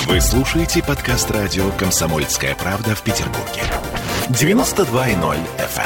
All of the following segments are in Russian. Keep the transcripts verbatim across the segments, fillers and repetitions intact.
Вы слушаете подкаст радио «Комсомольская правда» в Петербурге. девяносто два и ноль эф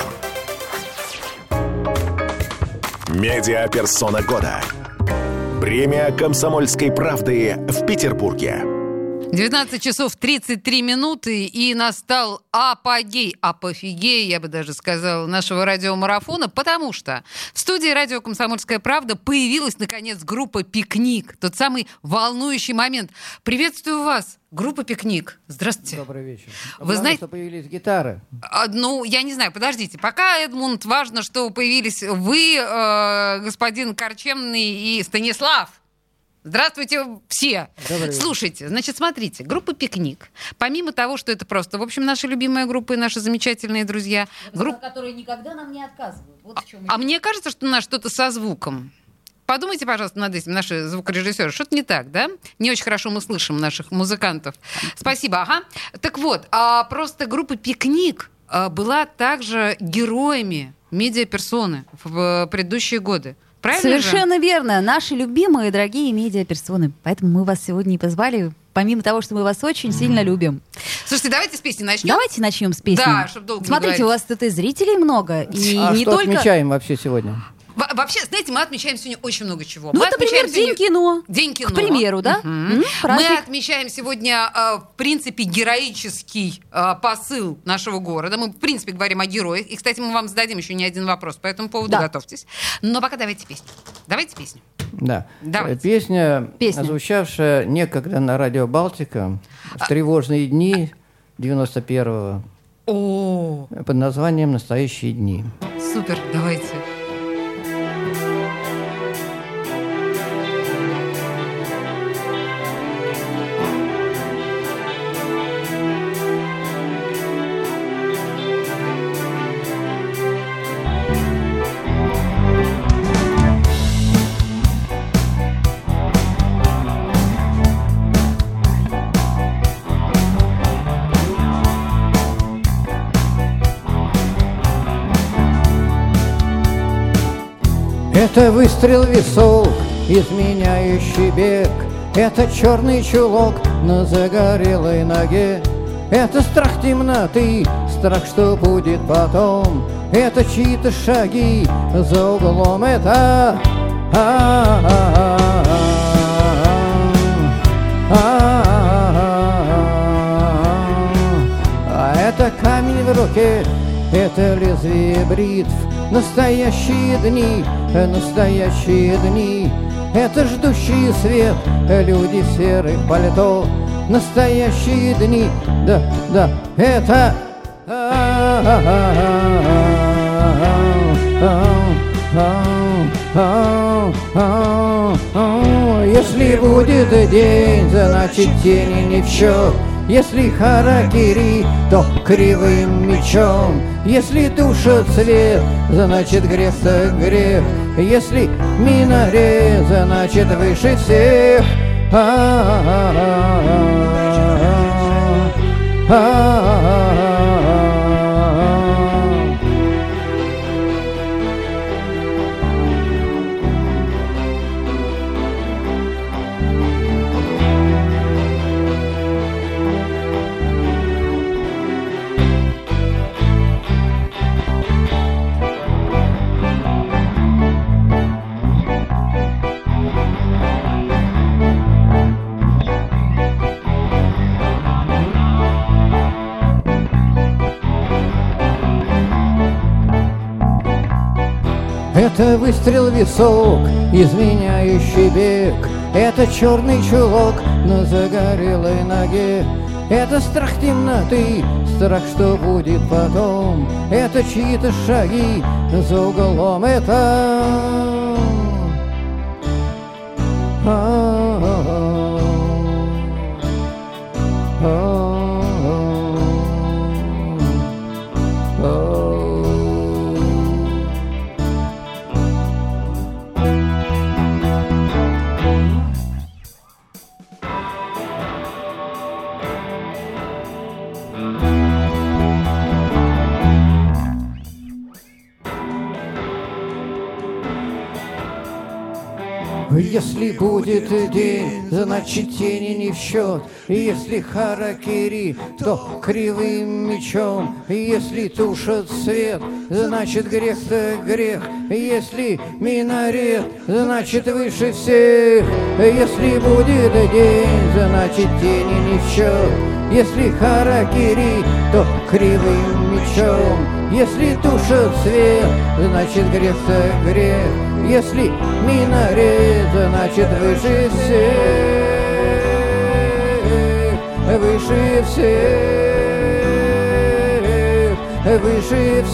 эм. Медиаперсона года. Премия «Комсомольской правды» в Петербурге. девятнадцать часов тридцать три минуты, и настал апогей, апофигей, я бы даже сказала, нашего радиомарафона, потому что в студии радио «Комсомольская правда» появилась, наконец, группа «Пикник». Тот самый волнующий момент. Приветствую вас, группа «Пикник». Здравствуйте. Добрый вечер. Вы Главное, знаете, что появились гитары. А, ну, я не знаю, подождите. Пока, Эдмунд, важно, что появились вы, э, господин Корчемный и Станислав. Здравствуйте все. Добрый вечер. Слушайте, значит, смотрите, группа «Пикник». Помимо того, что это просто, в общем, наша любимая группа и наши замечательные друзья. Групп... которые никогда нам не отказывают. Вот в чем А мне кажется, что у нас что-то со звуком. Подумайте, пожалуйста, над этим, наши звукорежиссеры. Что-то не так, да? Не очень хорошо мы слышим наших музыкантов. Спасибо, ага. Так вот, а просто группа «Пикник» была также героями медиаперсоны в предыдущие годы. Правильно Совершенно же? верно. Наши любимые, дорогие медиаперсоны. Поэтому мы вас сегодня и позвали, помимо того, что мы вас очень сильно любим. Слушайте, давайте с песни начнем. Давайте начнем с песни. Да, чтобы долго не Смотрите, говорить. у вас тут и зрителей много, и А не что только... отмечаем вообще сегодня? Во- Вообще, знаете, мы отмечаем сегодня очень много чего. Ну, мы вот, например, отмечаем День кино. День кино. К примеру, да? Мгм. М, праздник. Мы отмечаем сегодня, э, в принципе, героический э, посыл нашего города. Мы, в принципе, говорим о героях. И, кстати, мы вам зададим еще не один вопрос по этому поводу. Да. Готовьтесь. Но пока давайте песню. Давайте песню. Да. Давайте. Э, Песня, Песня. звучавшая некогда на радио «Балтика» в тревожные дни девяносто первого О, под названием «Настоящие дни». супер, давайте. Это выстрел в висок, изменяющий бег. Это черный чулок на загорелой ноге. Это страх темноты, страх, что будет потом. Это чьи-то шаги за углом. Это... А это камень в руке, это лезвие бритв. Настоящие дни, настоящие дни. Это ждущие свет, люди в серых пальто. Настоящие дни, да, да, это... Если будет день, значит тени не в счет. Если харакири, то кривым мечом. Если душа цвет, значит грех так грех. Если минарет, значит выше всех. Это выстрел в висок, изменяющий бег. Это черный чулок на загорелой ноге. Это страх темноты, страх, что будет потом. Это чьи-то шаги за углом. Это... Если будет день, значит тени не в счет. Если харакири, то кривым мечом. Если тушат свет, значит грех-то грех. Если минарет, значит выше всех. Если будет день, значит тени не в счет. Если харакири, то кривым мечом. Если тушат свет, значит грех-то грех. Если минарет, значит выше всех, выше всех, выше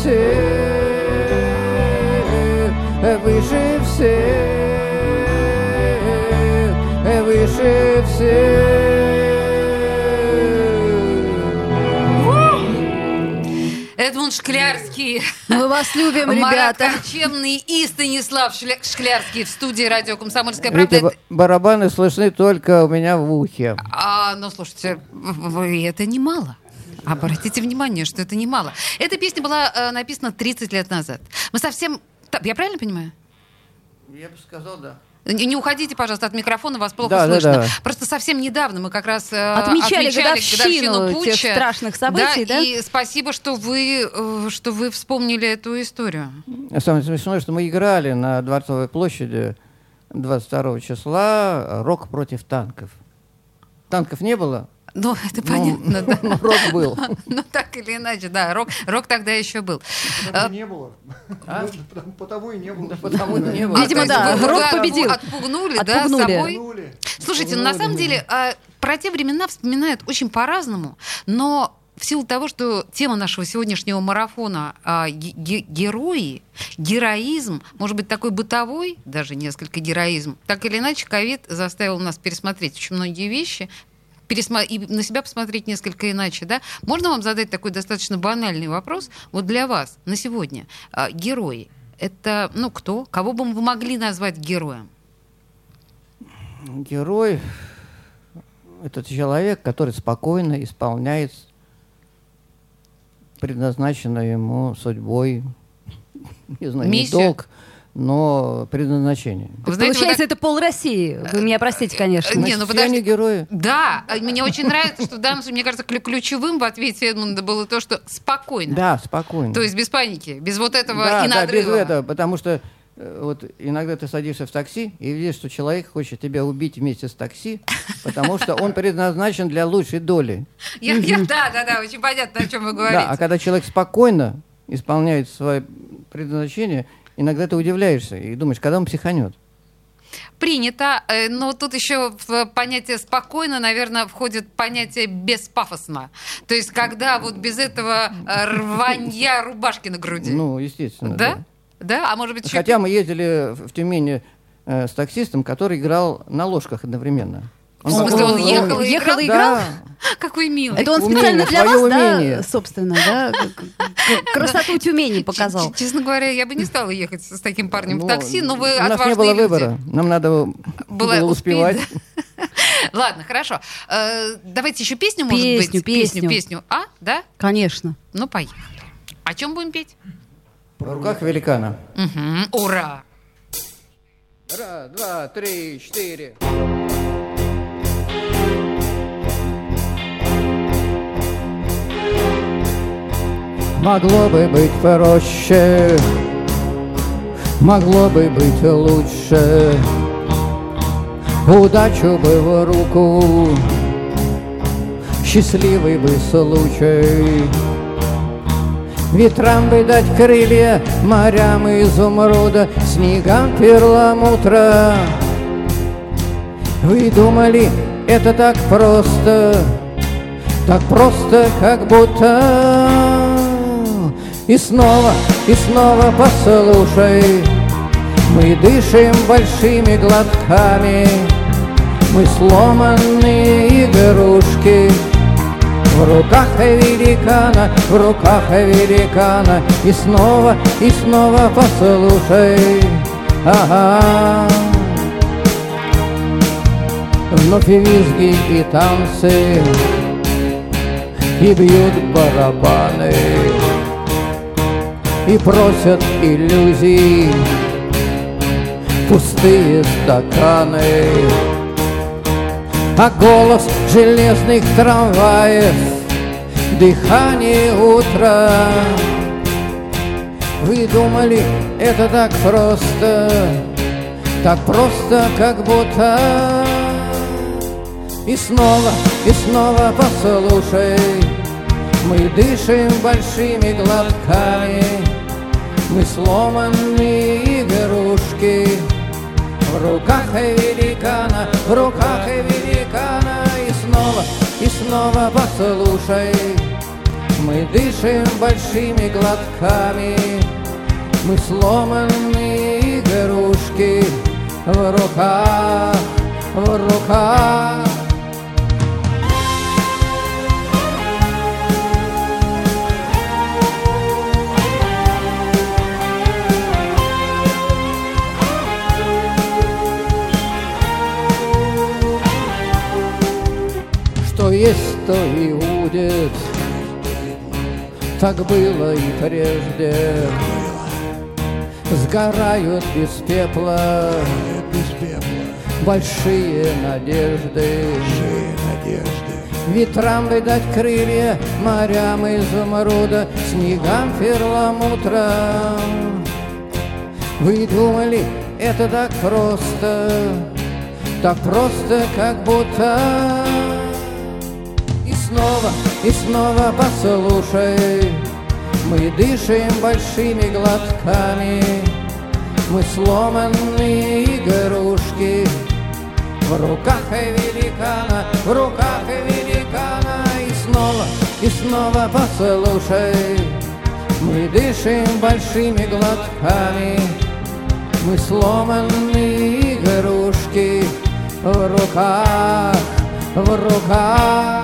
всех, выше всех, выше всех. Эдмунд Шклярский. Мы вас любим, Марат ребята. Корчемный и Станислав Шля- Шклярский в студии радио «Комсомольская правда». Видите, барабаны слышны только у меня в ухе. А, ну, слушайте, вы, это немало. Обратите внимание, что это немало. Эта песня была э, написана тридцать лет назад. Мы совсем... Я правильно понимаю? Я бы сказал, да. Не, не уходите, пожалуйста, от микрофона, вас плохо Да, слышно. да, да. Просто совсем недавно мы как раз э, Отмечали отмечали годовщину годовщину тех путча. страшных событий, да? И спасибо, что вы, э, что вы вспомнили эту историю. Самое смешное, что мы играли на Дворцовой площади двадцать второго числа «Рок против танков». Танков не было, Ну, это понятно, да. но рок был. Ну, так или иначе, да, рок, рок тогда еще был. Потому и не было. Потому- Потому и не было. Потому и не было. А, Видимо, то есть да, вы- рок вы победил. Отпугнули, да, Отпугнули. собой. Пнули. Слушайте, ну, на самом деле, а, про те времена вспоминают очень по-разному, но в силу того, что тема нашего сегодняшнего марафона а, ге- ге- герои, героизм, может быть, такой бытовой, даже несколько героизм, так или иначе, ковид заставил нас пересмотреть очень многие вещи, пересма- и на себя посмотреть несколько иначе, да? Можно вам задать такой достаточно банальный вопрос? Вот для вас на сегодня а, герои — это, ну, кто? Кого бы вы могли назвать героем? Герой — это человек, который спокойно исполняет предназначенную ему судьбой, не знаю, не Миссию? долг, но предназначение. Вы знаете, Получается, вот так- это пол России. Вы меня простите, конечно. Не, Значит, ну все подожди. они герои. Да, а мне очень нравится, что в данном случае, мне кажется, клю- ключевым в ответе Эдмунда было то, что спокойно. Да, спокойно. То есть без паники, без вот этого да, и да, без надрыва. этого, потому что э, вот иногда ты садишься в такси и видишь, что человек хочет тебя убить вместе с такси, потому что он предназначен для лучшей доли. Я- я- да, да, да, очень понятно, о чем вы говорите. Да, а когда человек спокойно исполняет свое предназначение, иногда ты удивляешься и думаешь, когда он психанет. Принято, э, но тут еще в понятие «спокойно», наверное, входит понятие «беспафосно». То есть когда вот без этого э, рванья рубашки на груди. Ну, естественно. Да? Да? А может быть, еще... Хотя мы ездили в в Тюмени э, с таксистом, который играл на ложках одновременно. В смысле, он ехал и Ехал играл? и играл? Да. Какой милый. Это он Умение, специально для свое вас, да, умение. собственно, да? к- к- Красоту Тюмени показал. Ч- Честно говоря, я бы не стала ехать с таким парнем Ну, в такси, но вы у нас отважные не было люди. выбора. Нам надо Было было успеть, успевать. да? Ладно, хорошо. Э, Давайте еще песню, может Песню, быть? песню. Песню. А, да? Конечно. Ну, поехали. О чем будем петь? В руках великана. Мгм. Ура! Раз, два, три, четыре. Могло бы быть проще, могло бы быть лучше. Удачу бы в руку, счастливый бы случай. Ветрам бы дать крылья, морям изумруда, снегам перламутра. Вы думали, это так просто, так просто, как будто. И снова, и снова послушай, мы дышим большими глотками, мы сломанные игрушки. В руках великана, в руках великана. И снова, и снова послушай. Ага. Вновь и визги, и танцы, и бьют барабаны, и просят иллюзий. пустые стаканы, а голос железных трамваев, дыхание утра. Вы думали, это так просто, так просто, как будто. И снова, и снова послушай, мы дышим большими глотками, мы сломанные игрушки в руках великана, в руках великана. И снова, и снова послушай, мы дышим большими глотками, мы сломанные игрушки в руках, в руках. Что есть, то и будет, так было и прежде. Сгорают без пепла большие надежды. Ветрам бы дать крылья, морям изумруда, снегам перламутра. Вы думали, это так просто, так просто, как будто. И снова, и снова послушай, мы дышим большими глотками, мы сломанные игрушки в руках великана, в руках великана. И снова, и снова послушай, мы дышим большими глотками, мы сломанные игрушки в руках, в руках.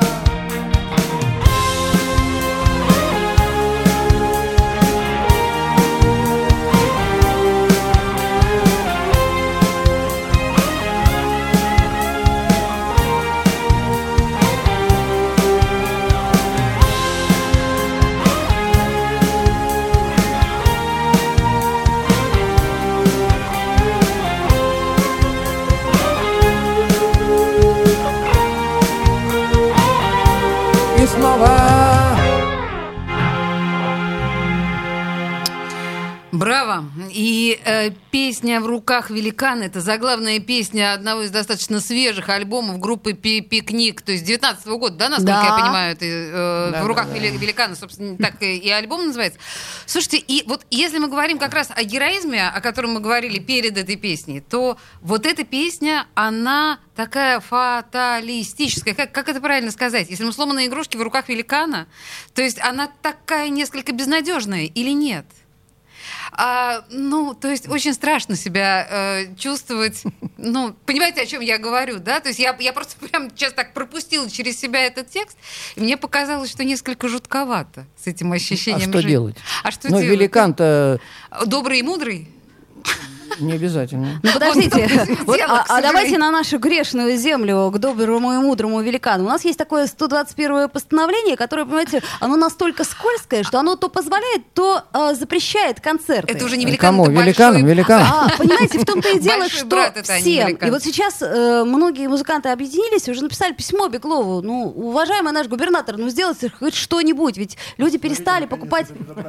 Браво! И э, песня «В руках великана» — это заглавная песня одного из достаточно свежих альбомов группы «Пикник», то есть девятнадцатого года, да, насколько да. я понимаю, это, э, да, «В руках да, да. великана», собственно, так и, и альбом называется. Слушайте, и вот если мы говорим как раз о героизме, о котором мы говорили перед этой песней, то вот эта песня, она такая фаталистическая. Как, как это правильно сказать? Если мы сломанные игрушки в руках великана, то есть она такая несколько безнадежная или нет? А, ну, то есть очень страшно себя э, чувствовать. Ну, понимаете, о чем я говорю, да? То есть я, я просто прям сейчас так пропустила через себя этот текст, и мне показалось, что несколько жутковато с этим ощущением. А что жизни. делать? А что ну, делать? Великан-то... Добрый и мудрый? Не обязательно. Ну, подождите, вот, дело, а, а давайте на нашу грешную землю, к доброму и мудрому великану. У нас есть такое сто двадцать первое постановление, которое, понимаете, оно настолько скользкое, что оно то позволяет, то а, запрещает концерты. Это уже не великан, Кому? это Великаном? большой... Великаном? А, понимаете, в том-то и дело, Большой что брат это, а не всем. великан. И вот сейчас э, многие музыканты объединились и уже написали письмо Беглову. Ну, уважаемый наш губернатор, ну сделайте хоть что-нибудь, ведь люди перестали покупать...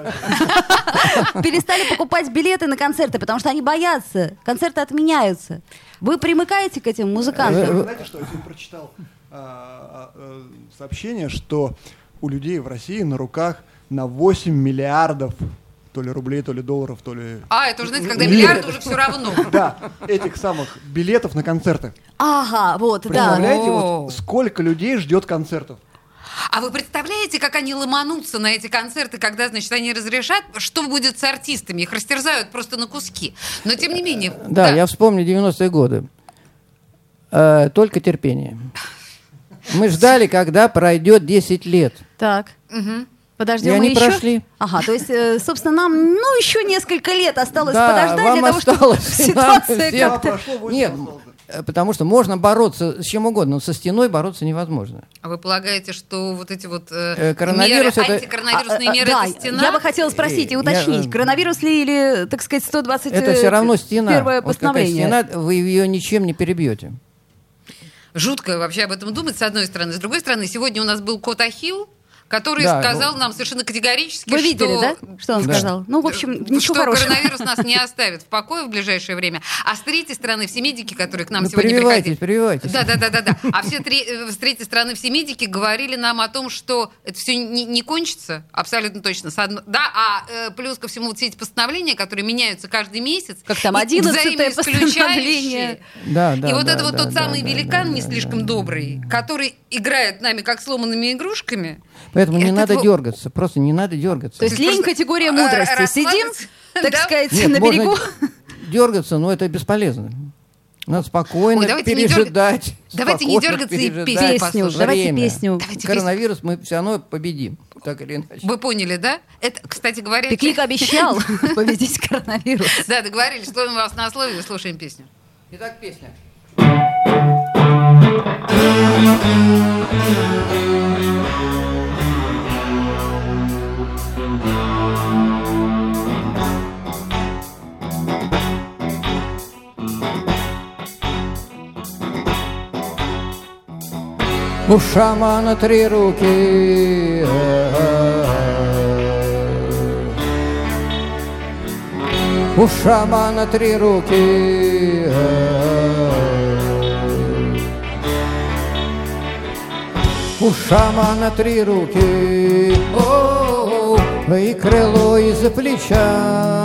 Перестали покупать билеты на концерты, потому что они боятся. Концерты отменяются. Вы примыкаете к этим музыкантам? Вы знаете, что я сегодня прочитал а, а, сообщение, что у людей в России на руках на восемь миллиардов то ли рублей, то ли долларов, то ли... А, это уже, знаете, когда миллиард, уже все равно. Да, этих самых билетов на концерты. Ага, вот, да. Представляете, О. вот сколько людей ждет концертов? А вы представляете, как они ломанутся на эти концерты, когда, значит, они разрешат, что будет с артистами? Их растерзают просто на куски. Но тем не менее... Да, я вспомню девяностые годы. Э, только терпение. Мы ждали, когда пройдет десять лет. Так. Угу. Подождем И мы они еще. прошли. Ага, то есть, э, собственно, нам, ну, еще несколько лет осталось Да, подождать вам для того, осталось, чтобы и нам ситуация всем. как-то... прошло восемь Нет, осталось. Потому что можно бороться с чем угодно, но со стеной бороться невозможно. А вы полагаете, что вот эти вот э, коронавирус меры, это... антикоронавирусные а, а, меры, да, это стена? Я бы хотела спросить и уточнить, Я... коронавирус ли или, так сказать, сто двадцать Это все равно стена. Первое вот постановление. Какая стена, вы ее ничем не перебьете. Жутко вообще об этом думать, с одной стороны. С другой стороны, сегодня у нас был кот Ахилл, который да, сказал ну... нам совершенно категорически, Вы что... видели, да? Что он да. сказал? Ну, в общем, ничего что хорошего. Коронавирус нас не оставит в покое в ближайшее время. А с третьей стороны все медики, которые к нам ну, сегодня прививайтесь, приходили... прививайтесь. Да, да, да, да, да. А все три, с третьей стороны все медики говорили нам о том, что это все не, не кончится, абсолютно точно. С одно... Да, а э, плюс ко всему вот все эти постановления, которые меняются каждый месяц. Как там, одиннадцатое взаимоисключающие. постановление. Да, да, И вот да, это вот да, тот да, самый да, великан да, не да, слишком да, добрый, да. который играет нами как сломанными игрушками. Поэтому не Это надо его- дергаться, просто не надо дергаться. То есть лень категория мудрости. Э, Сидим, расслабиться, так да? сказать, Нет, на можно берегу. дергаться, но это бесполезно. Надо спокойно Ой, давайте не пережидать. Давайте не спокойно дергаться и пережидать песню Песню, послушать. давайте время. песню. Давайте Коронавирус мы все равно победим, так или иначе. Вы поняли, да? Это, кстати говоря... Пикник обещал победить коронавирус. Да, договорились, словим вас на слове, слушаем песню. Итак, песня. У шамана три руки, у шамана три руки, у шамана три руки, о, и крыло из-за плеча,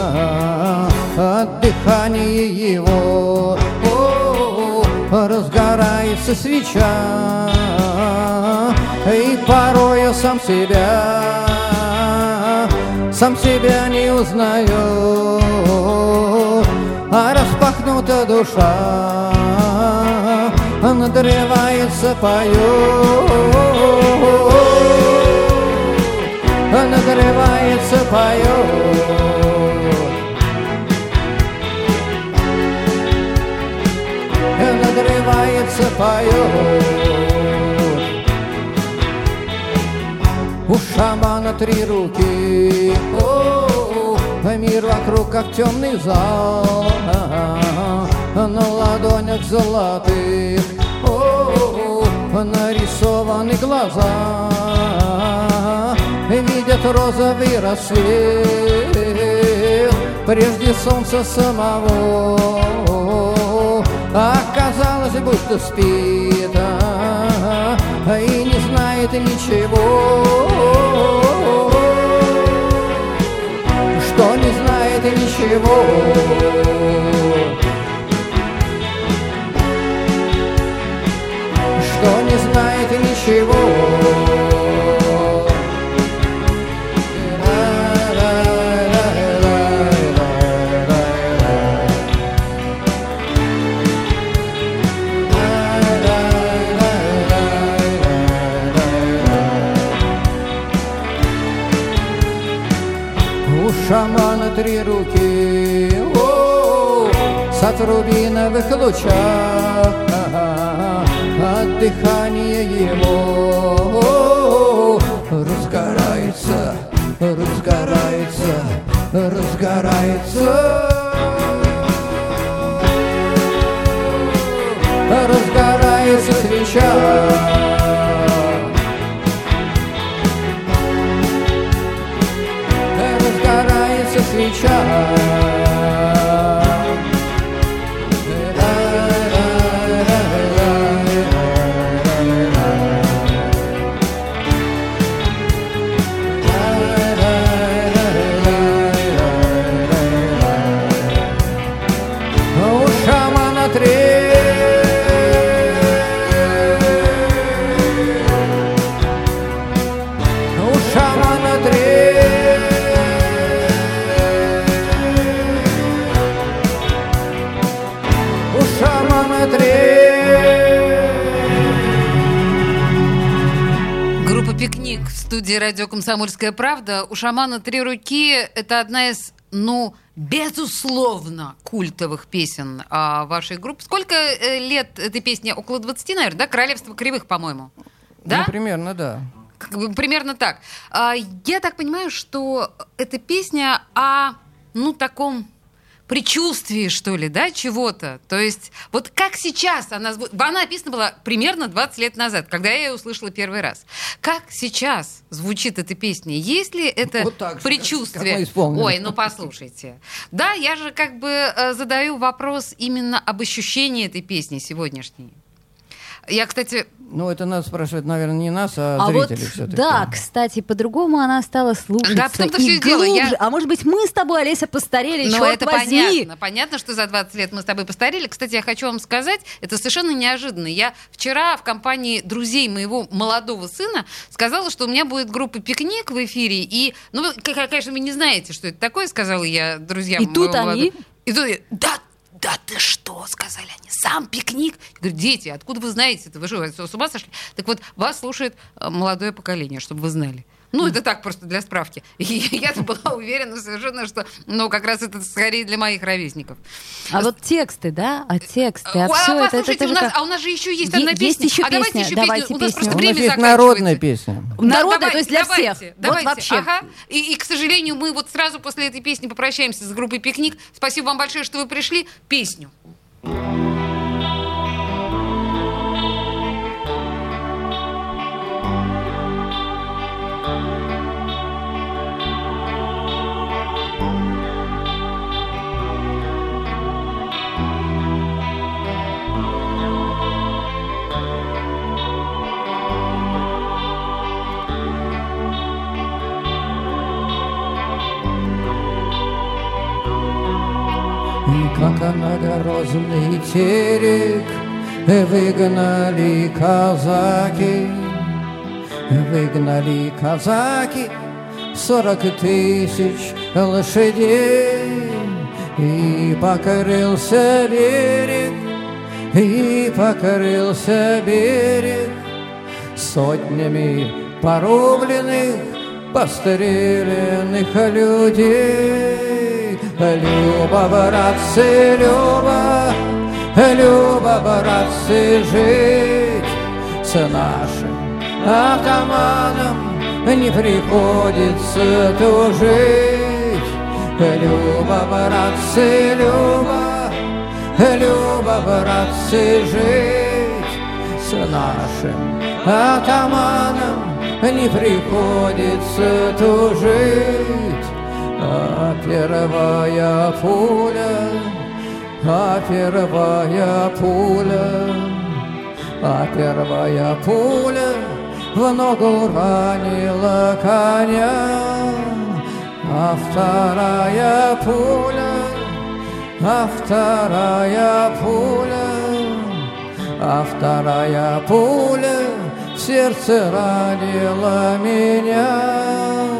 от дыхания его разгорается свеча, и порой я сам себя, сам себя не узнаю, а распахнута душа, надрывается, поет, надрывается, поет. Надрывается, поет. У шамана три руки, о, мир вокруг как темный зал, на ладонях золотых, о, нарисованы глаза, видят розовый рассвет прежде солнца самого. Оказалось, будто спит, а, и не знает ничего, что не знает ничего, что не знает ничего. У шамана три руки, о, с отрубиновых лучах, от дыхания его разгорается, разгорается, разгорается, разгорается свеча. Разгорается свеча. У шамана три. У шамана три. У шамана три. Группа «Пикник» в студии радио «Комсомольская правда». У шамана три руки – это одна из ну, безусловно, культовых песен а, вашей группы. Сколько э, лет этой песне? Около двадцати, наверное, да? «Королевство кривых», по-моему. Да? Ну, примерно, да. Как бы примерно так. А, я так понимаю, что эта песня о, ну, таком предчувствии, что ли, да, чего-то. То есть, вот как сейчас она... Она написана была примерно двадцать лет назад, когда я ее услышала первый раз. Как сейчас звучит эта песня? Есть ли это вот так же, предчувствие? Ой, ну послушайте. Да, я же как бы э, задаю вопрос именно об ощущении этой песни сегодняшней. Я, кстати... Ну, это надо спрашивать, наверное, не нас, а, а зрителей вот, все-таки. Да, кстати, по-другому она стала слушаться. Да, потому-то и все дело. Я... А может быть, мы с тобой, Олеся, постарели, Ну, черт это возьми. понятно. Понятно, что за двадцать лет мы с тобой постарели. Кстати, я хочу вам сказать, это совершенно неожиданно. Я вчера в компании друзей моего молодого сына сказала, что у меня будет группа «Пикник» в эфире. И, ну, вы, конечно, вы не знаете, что это такое, сказала я друзьям. И тут они... И тут я, да, да ты что, сказали они, сам «Пикник». Я говорю, дети, откуда вы знаете это? Вы что, с ума сошли? Так вот, вас слушает молодое поколение, чтобы вы знали. Ну, это так, просто для справки. И я-то была уверена совершенно, что, ну, как раз это скорее для моих ровесников. А вот тексты, да? А тексты, а Ой, все а это... послушайте, это, у нас, как... а у нас же еще есть Е- одна есть песня. еще а давайте песня, еще давайте песню. У нас песню. просто У время нас есть заканчивается. народная песня. Народная, Да, то есть для давайте, всех. Давайте, Вот вообще. Ага. И, и, к сожалению, мы вот сразу после этой песни попрощаемся с группой «Пикник». Спасибо вам большое, что вы пришли. Песню. И как многорозный терек выгнали казаки, выгнали казаки сорок тысяч лошадей, и покрылся берег, и покрылся берег сотнями порубленных, постреленных людей. Люба, братцы, Люба, Люба, братцы, жить с нашим атаманом не приходится тужить. Люба, братцы, Люба, Люба, братцы, жить с нашим атаманом не приходится тужить. А первая пуля, а первая пуля, а первая пуля в ногу ранила коня, а вторая пуля, а вторая пуля, а вторая пуля в сердце ранила меня.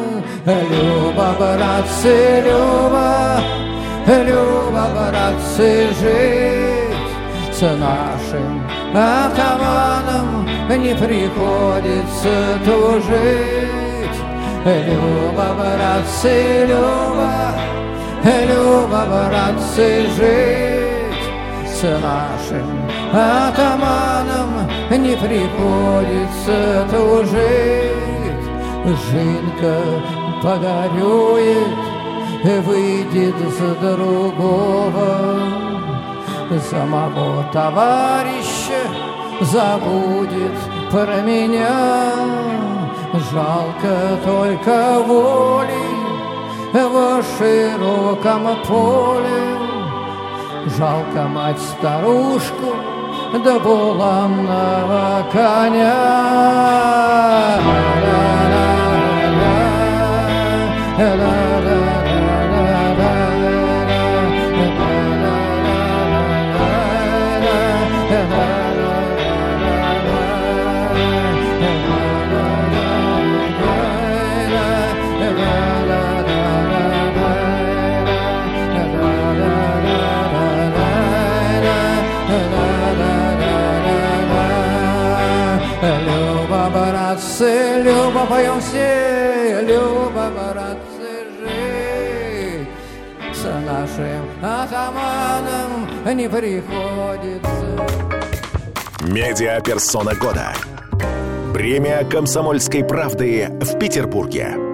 Люба, братцы, Люба, Люба, братцы, жить с нашим атаманом не приходится тужить. Люба, братцы, Люба, Люба, братцы, жить с нашим атаманом не приходится тужить. Жинка погорюет, выйдет за другого, самого товарища забудет про меня. Жалко только воли в широком поле, жалко мать-старушку да буланного коня. Люба, братцы, Люба, поем все, Люба, братцы, жить с нашим атаманом не приходится. Медиаперсона года. Премия «Комсомольской правды» в Петербурге.